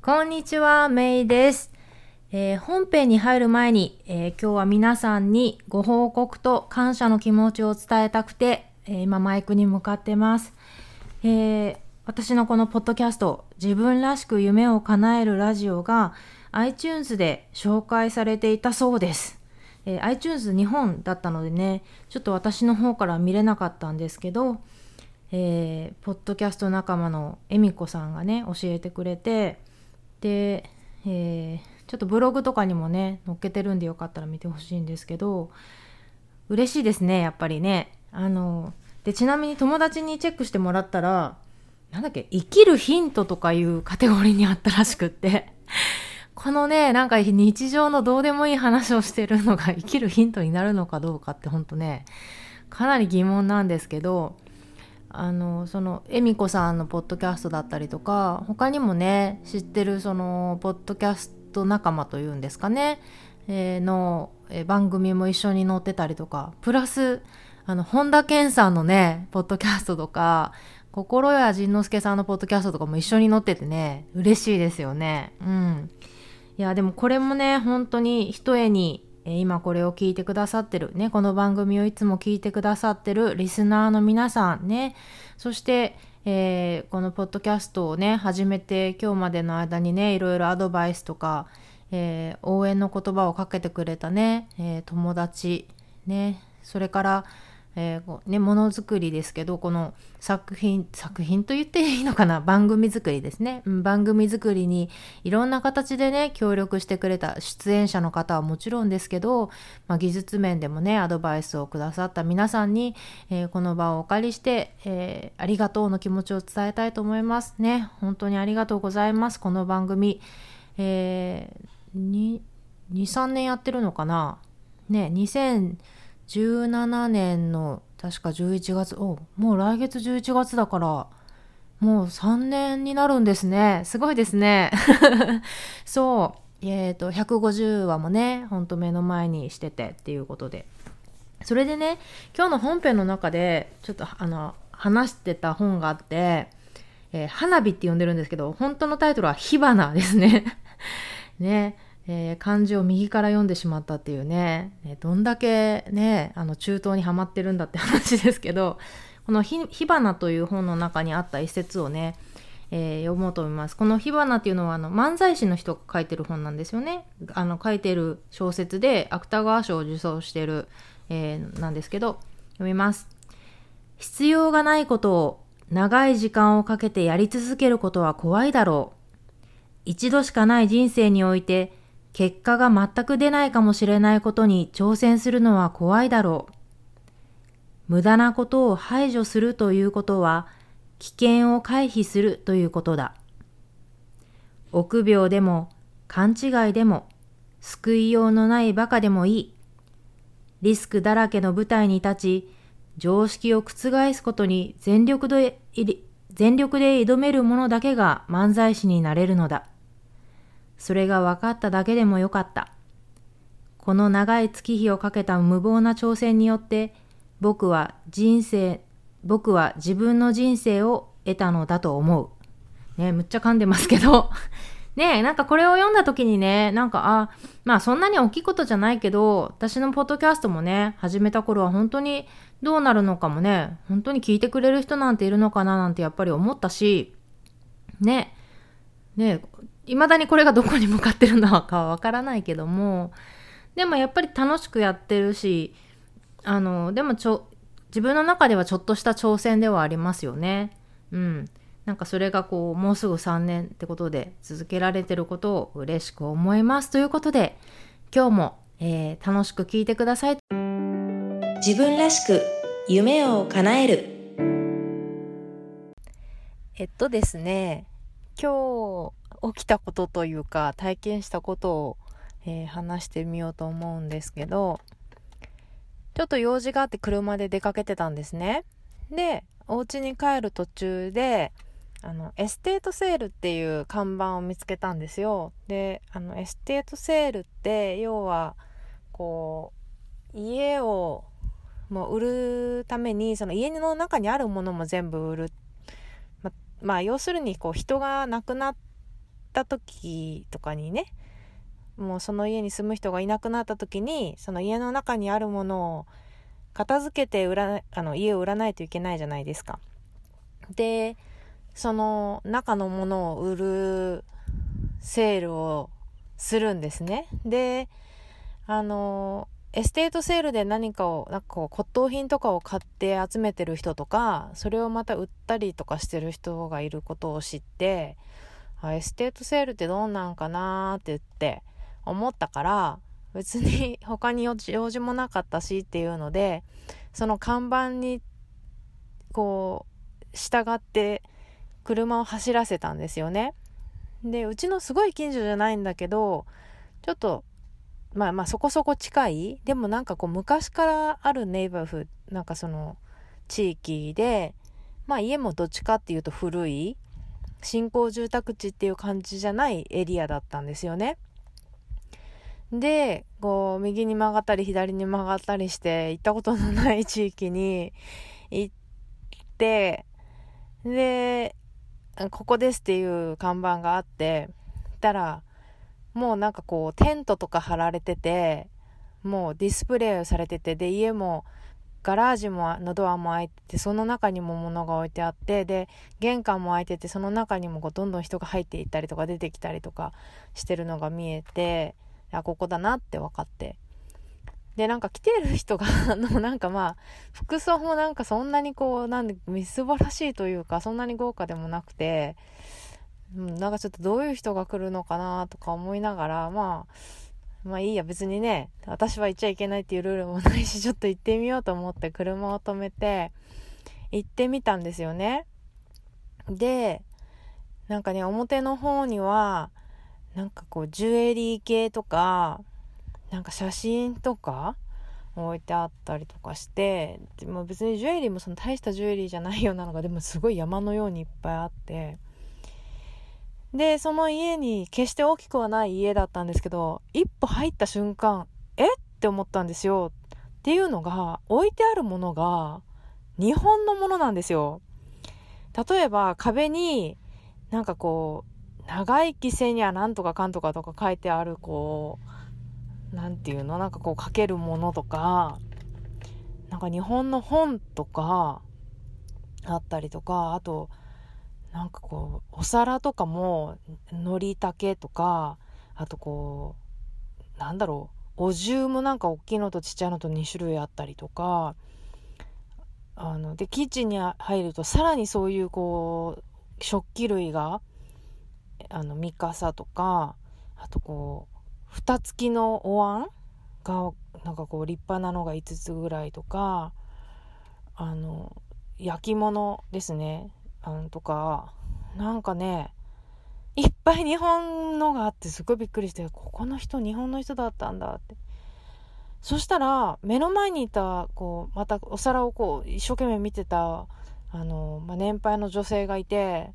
こんにちは、メイです。本編に入る前に、今日は皆さんにご報告と感謝の気持ちを伝えたくて、今マイクに向かってます。私のこのポッドキャスト、自分らしく夢を叶えるラジオが iTunes で紹介されていたそうです。iTunes 日本だったのでね、ちょっと私の方から見れなかったんですけど、ポッドキャスト仲間の恵美子さんがね、教えてくれて、で、ちょっとブログとかにもね載っけてるんでよかったら見てほしいんですけど、嬉しいですね、やっぱりね。でちなみに友達にチェックしてもらったら、なんだっけ、生きるヒントとかいうカテゴリーにあったらしくってこのね、なんか日常のどうでもいい話をしてるのが生きるヒントになるのかどうかってほんとね、かなり疑問なんですけど、その恵美子さんのポッドキャストだったりとか、他にもね知ってるそのポッドキャスト仲間というんですかね、の番組も一緒に載ってたりとか、プラス本田健さんのねポッドキャストとか、心谷仁之助さんのポッドキャストとかも一緒に載っててね、嬉しいですよね。いやでもこれもね、本当にひとえに今これを聞いてくださってるね、この番組をいつも聞いてくださってるリスナーの皆さんね、そして、このポッドキャストをね始めて今日までの間にね、いろいろアドバイスとか、応援の言葉をかけてくれたね、友達ね、それからものづくりですけど、この作品と言っていいのかな、番組作りですね、番組作りにいろんな形でね協力してくれた出演者の方はもちろんですけど、技術面でもねアドバイスをくださった皆さんに、この場をお借りして、ありがとうの気持ちを伝えたいと思いますね。本当にありがとうございます。この番組、2、3年やってるのかなね、2017年の確か11月、もう来月11月だからもう3年になるんですね。すごいですねそう、150話もねほんと目の前にしててっていうことで、それでね、今日の本編の中でちょっと話してた本があって、花火って呼んでるんですけど、本当のタイトルは火花ですねね、漢字を右から読んでしまったっていうね、どんだけね中東にはまってるんだって話ですけど、この火花という本の中にあった一節をね、読もうと思います。この火花っていうのは漫才師の人が書いてる本なんですよね。書いてる小説で芥川賞を受賞してる、なんですけど、読みます。必要がないことを長い時間をかけてやり続けることは怖いだろう。一度しかない人生において結果が全く出ないかもしれないことに挑戦するのは怖いだろう。無駄なことを排除するということは危険を回避するということだ。臆病でも勘違いでも救いようのないバカでもいい。リスクだらけの舞台に立ち、常識を覆すことに全力で挑める者だけが漫才師になれるのだ。それが分かっただけでもよかった。この長い月日をかけた無謀な挑戦によって僕は自分の人生を得たのだと思う。ね、むっちゃ噛んでますけどね、なんかこれを読んだ時にね、なんかそんなに大きいことじゃないけど、私のポッドキャストもね始めた頃は本当にどうなるのかもね、本当に聞いてくれる人なんているのかななんてやっぱり思ったしね、未だにこれがどこに向かってるのかはわからないけども、でもやっぱり楽しくやってるし、でも自分の中ではちょっとした挑戦ではありますよね。なんかそれがこうもうすぐ3年ってことで続けられてることを嬉しく思いますということで、今日も、楽しく聞いてください。 自分らしく夢を叶える。 ですね、今日起きたことというか体験したことを、話してみようと思うんですけど、ちょっと用事があって車で出かけてたんですね。で、お家に帰る途中でエステートセールっていう看板を見つけたんですよ。で、エステートセールって要はこう家をもう売るために、その家の中にあるものも全部売る、要するにこう人が亡くなった時とかにね、もうその家に住む人がいなくなった時に、その家の中にあるものを片付けて家を売らないといけないじゃないですか。で、その中のものを売るセールをするんですね。で、エステートセールで何かを、骨董品とかを買って集めてる人とか、それをまた売ったりとかしてる人がいることを知って、エステートセールってどうなんかなーって言って思ったから、別に他に用事もなかったしっていうので、その看板にこう従って車を走らせたんですよね。で、うちのすごい近所じゃないんだけど、ちょっとそこそこ近い、でも昔からあるネイバーフッド、その地域で、家もどっちかっていうと古い新興住宅地っていう感じじゃないエリアだったんですよね。で、右に曲がったり左に曲がったりして行ったことのない地域に行って、で、ここですっていう看板があって、たらもうテントとか張られてて、もうディスプレイされてて、で、家もガラージのドアも開いてて、その中にも物が置いてあって、で、玄関も開いてて、その中にもどんどん人が入っていったりとか出てきたりとかしてるのが見えて、ここだなって分かって。で、来てる人が、服装もそんなにみすぼらしいというか、そんなに豪華でもなくて、ちょっとどういう人が来るのかなとか思いながら、まあいいや、別にね、私は行っちゃいけないっていうルールもないし、ちょっと行ってみようと思って車を止めて行ってみたんですよね。で、表の方にはジュエリー系とか写真とか置いてあったりとかして、でも別にジュエリーもその大したジュエリーじゃないようなのがでもすごい山のようにいっぱいあって、で、その家に決して大きくはない家だったんですけど、一歩入った瞬間、って思ったんですよ。っていうのが、置いてあるものが日本のものなんですよ。例えば壁に長生きせにゃなんとかかんとかとか書いてあるなんていうの、書けるものとか、日本の本とかあったりとか、あとお皿とかものりたけとか、あとお重も大きいのとちっちゃいのと2種類あったりとか、でキッチンに入るとさらにそういう食器類がミカサとか、あと蓋付きのお椀が立派なのが5つぐらいとか、焼き物ですね、とかいっぱい日本のがあって、すごいびっくりして、ここの人日本の人だったんだって。そしたら目の前にいたまたお皿を一生懸命見てた年配の女性がいて、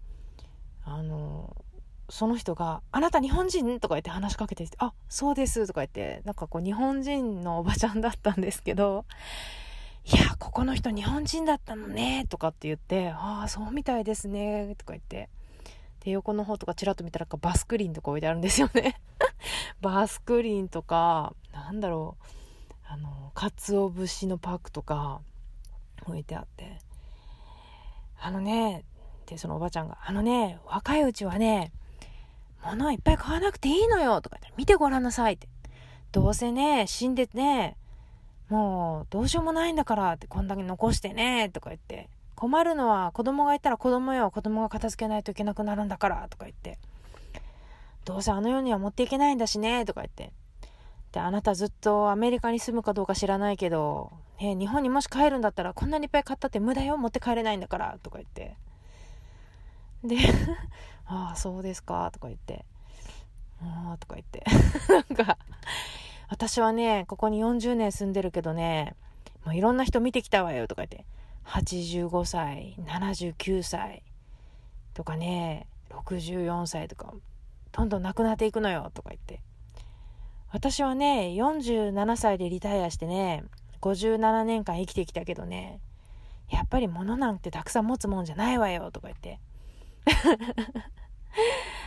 その人があなた日本人とか言って話しかけてきて、あ、そうですとか言って、日本人のおばちゃんだったんですけど、いや、ここの人日本人だったのねとかって言って、ああそうみたいですねとか言って、で横の方とかチラッと見たらバスクリーンとか置いてあるんですよねバスクリーンとか鰹節のパックとか置いてあって、でそのおばちゃんが若いうちはね物いっぱい買わなくていいのよとか言って、見てごらんなさいって、どうせね死んでねもうどうしようもないんだからって、こんだけ残してねとか言って、困るのは子供がいたら子供が片付けないといけなくなるんだからとか言って、どうせあの世には持っていけないんだしねとか言って、であなたずっとアメリカに住むかどうか知らないけど、日本にもし帰るんだったらこんなにいっぱい買ったって無駄よ、持って帰れないんだからとか言って、でああそうですかとか言って、ああとか言って私はねここに40年住んでるけどね、もういろんな人見てきたわよとか言って、85歳79歳とかね64歳とかどんどん亡くなっていくのよとか言って、私はね47歳でリタイアしてね57年間生きてきたけどね、やっぱり物なんてたくさん持つもんじゃないわよとか言って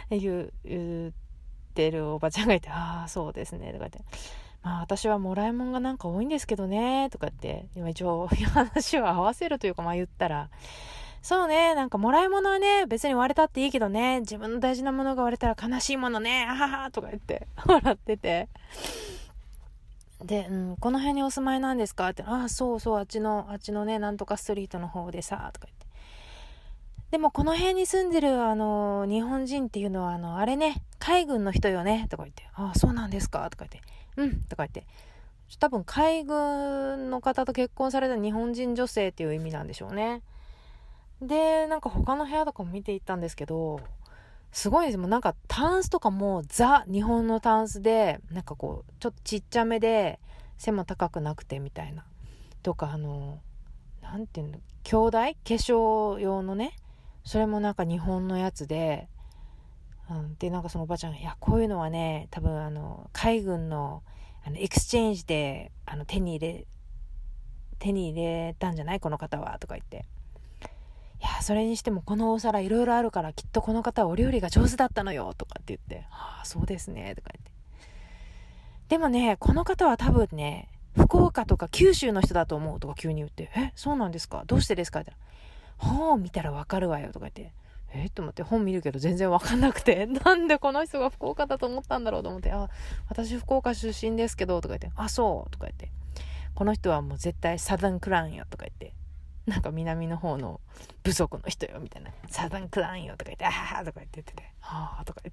言ってるおばちゃんがいて、ああ、そうですね、とか言って。まあ私はもらいもんがなんか多いんですけどね、とかって、今一応話を合わせるというか、まあ言ったら、そうね、なんかもらい物はね、別に割れたっていいけどね、自分の大事なものが割れたら悲しいものね、あはは、とか言って笑ってて。で、この辺にお住まいなんですかって、ああ、そうそう、あっちのね、なんとかストリートの方でさ、とか言って。でもこの辺に住んでる日本人っていうのはあれね、海軍の人よね、とか言って、ああ、そうなんですか、とか言って、とか言って、多分海軍の方と結婚された日本人女性っていう意味なんでしょうね。で、なんか他の部屋とかも見ていったんですけど、すごいです。もうなんかタンスとかも日本のタンスで、なんかこう、ちょっとちっちゃめで、背も高くなくてみたいな。とかなんていうの、化粧用のね、それもなんか日本のやつで、で、なんかそのおばちゃんが、いや、こういうのはね、多分海軍の、エクスチェンジで、手に入れたんじゃないこの方は、とか言って。いや、それにしてもこのお皿いろいろあるからきっとこの方はお料理が上手だったのよ、とかって言って。ああ、そうですね、とか言って。でもね、この方は多分ね、福岡とか九州の人だと思うとか急に言って、そうなんですか、どうしてですかって言ったら、本を見たらわかるわよ、とか言って。と思って本見るけど全然わかんなくて、なんでこの人が福岡だと思ったんだろうと思って、私福岡出身ですけど、とか言って、そう、とか言って、この人はもう絶対サザンクラウンよ、とか言って、なんか南の方の部族の人よ、みたいな、サザンクラウンよ、とか言って、とか言ってて、とか言って。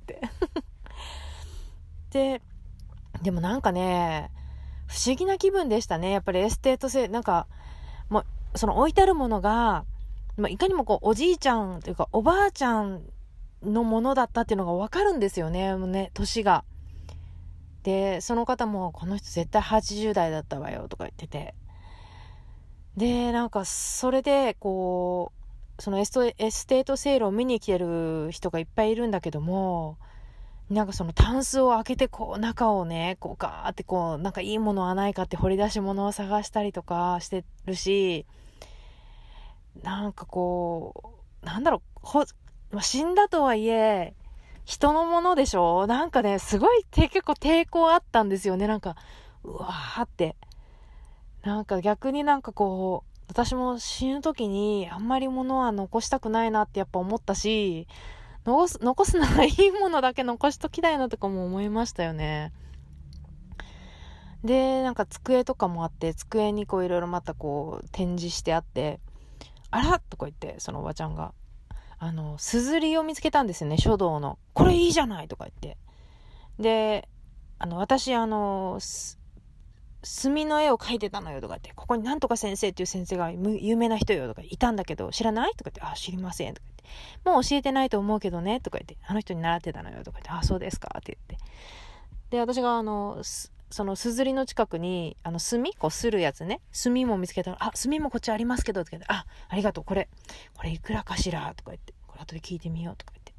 でもなんかね、不思議な気分でしたね。やっぱりエステート性、なんか、もう、その置いてあるものが、いかにもこう、おじいちゃんというか、おばあちゃんのものだったっていうのがわかるんですよね、もうね、年が。で、その方も、この人絶対80代だったわよ、とか言ってて。で、なんか、それで、こう、そのエステートセールを見に来てる人がいっぱいいるんだけども、なんかそのタンスを開けてこう中をね、こうガーってこうなんかいいものはないかって掘り出し物を探したりとかしてるし、なんかこう、なんだろう、死んだとはいえ、人のものでしょ？なんかね、すごい結構抵抗あったんですよね。なんか、うわーって。なんか逆になんかこう、私も死ぬ時にあんまり物は残したくないなってやっぱ思ったし、残すならいいものだけ残しときたいなとかも思いましたよね。で、なんか机とかもあって、机にこういろいろまたこう展示してあって、あらとか言って、そのおばちゃんが、すずりを見つけたんですよね、書道の。これいいじゃないとか言って。で、私墨の絵を描いてたのよとか言って、ここになんとか先生っていう先生が有名な人よとかいたんだけど、知らないとか言って、知りませんとか言って、もう教えてないと思うけどねとか言って、あの人に習ってたのよとか言って、そうですかって言って。で、私がそのすずりの近くに、墨こうするやつね。墨も見つけたら、墨もこっちありますけど、って言って、ありがとう、これいくらかしらとか言って、これ後で聞いてみようとか言って。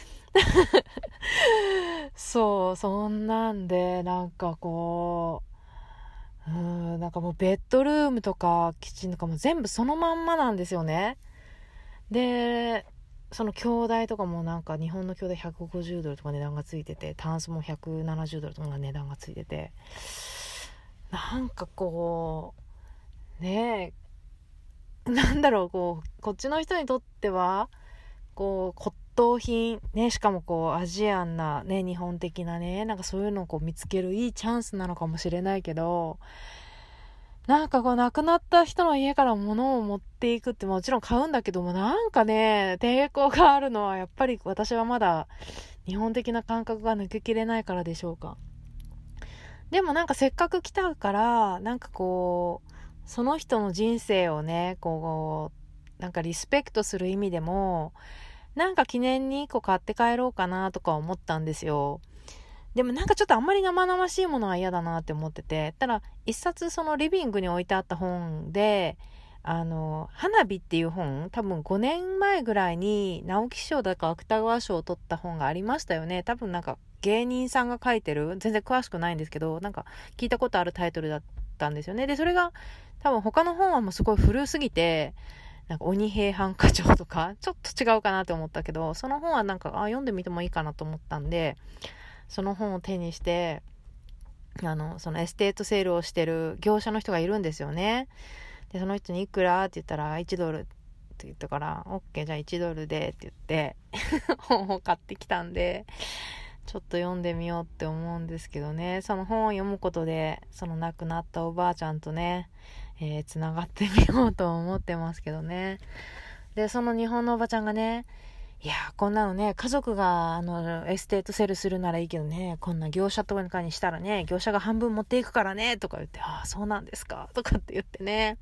そう、そんなんで、なんかこう、なんかもうベッドルームとかキッチンとかも全部そのまんまなんですよね。で、その鏡台とかもなんか日本の鏡台150ドルとか値段がついてて、タンスも170ドルとか値段がついてて、なんかこう、ねえ、なんだろう、こっちの人にとっては、こう、骨董品、ね、しかもこう、アジアンなね、日本的なね、なんかそういうのをこう見つけるいいチャンスなのかもしれないけど、なんかこう亡くなった人の家から物を持っていくってもちろん買うんだけども、なんかね、抵抗があるのはやっぱり私はまだ日本的な感覚が抜けきれないからでしょうか。でもなんかせっかく来たから、なんかこう、その人の人生をね、こう、なんかリスペクトする意味でも、なんか記念に1個買って帰ろうかなとか思ったんですよ。でもなんかちょっとあんまり生々しいものは嫌だなって思ってて、ただ一冊そのリビングに置いてあった本で、花火っていう本、多分5年前ぐらいに直木賞だか芥川賞を取った本がありましたよね。多分なんか芸人さんが書いてる、全然詳しくないんですけど、なんか聞いたことあるタイトルだったんですよね。で、それが多分他の本はもうすごい古すぎて、 なんか鬼平犯科帳とかちょっと違うかなって思ったけど、その本はなんか読んでみてもいいかなと思ったんで、その本を手にしてそのエステートセールをしてる業者の人がいるんですよね。でその人にいくらって言ったら1ドルって言ったから、オッケーじゃあ1ドルでって言って本を買ってきたんで、ちょっと読んでみようって思うんですけどね。その本を読むことでその亡くなったおばあちゃんとね、つながってみようと思ってますけどね。でその日本のおばちゃんがね、いやこんなのね、家族がエステートセールするならいいけどね、こんな業者とかにしたらね、業者が半分持っていくからねとか言って、そうなんですかとかって言ってね、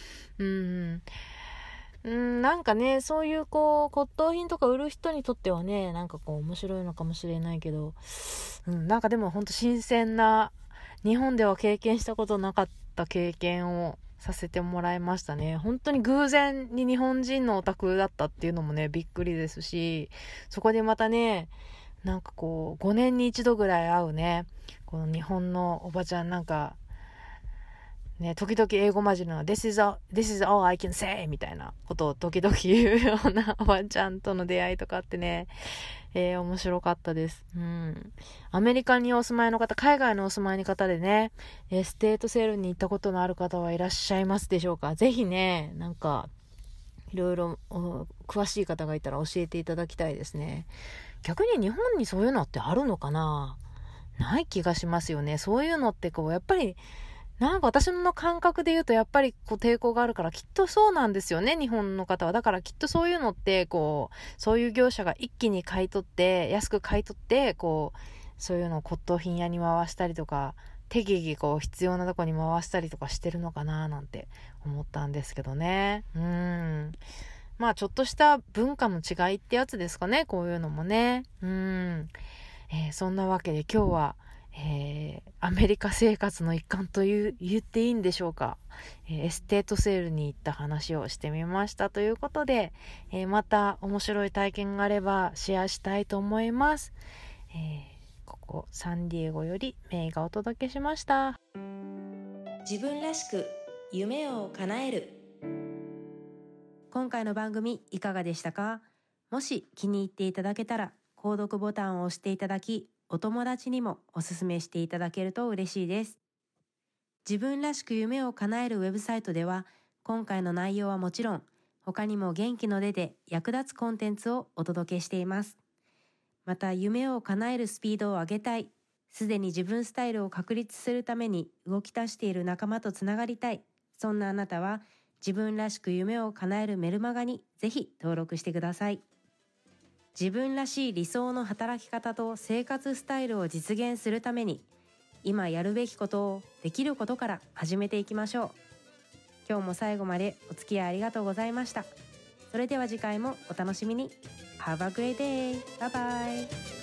なんかね、そういう骨董品とか売る人にとってはね、なんか面白いのかもしれないけど、なんかでもほんと新鮮な、日本では経験したことなかった経験をさせてもらいましたね。本当に偶然に日本人のオタクだったっていうのもね、びっくりですし、そこでまたね、なんか5年に一度ぐらい会うね、この日本のおばちゃんなんか、ね、時々英語混じりの This is all I can say みたいなことを時々言うようなおばちゃんとの出会いとかってね、面白かったです。アメリカにお住まいの方、海外のお住まいの方でね、ステートセールに行ったことのある方はいらっしゃいますでしょうか。ぜひね、なんか、いろいろ詳しい方がいたら教えていただきたいですね。逆に日本にそういうのってあるのかな？ない気がしますよね。そういうのってやっぱり、なんか私の感覚で言うとやっぱり抵抗があるから、きっとそうなんですよね、日本の方は。だからきっとそういうのってそういう業者が一気に買い取って、安く買い取って、そういうのを骨董品屋に回したりとか、適宜必要なとこに回したりとかしてるのかななんて思ったんですけどね。まあちょっとした文化の違いってやつですかね、こういうのもね。そんなわけで今日はアメリカ生活の一環と言っていいんでしょうか。エステートセールに行った話をしてみましたということで、また面白い体験があればシェアしたいと思います。ここサンディエゴよりメイがお届けしました。 自分らしく夢を叶える。 今回の番組いかがでしたか？もし気に入っていただけたら購読ボタンを押していただき、お友達にもおすすめしていただけると嬉しいです。自分らしく夢を叶えるウェブサイトでは、今回の内容はもちろん、他にも元気の出で役立つコンテンツをお届けしています。また夢を叶えるスピードを上げたい、すでに自分スタイルを確立するために動き出している仲間とつながりたい、そんなあなたは自分らしく夢を叶えるメルマガにぜひ登録してください。自分らしい理想の働き方と生活スタイルを実現するために、今やるべきことをできることから始めていきましょう。今日も最後までお付き合いありがとうございました。それでは次回もお楽しみに。Have a great day! Bye bye!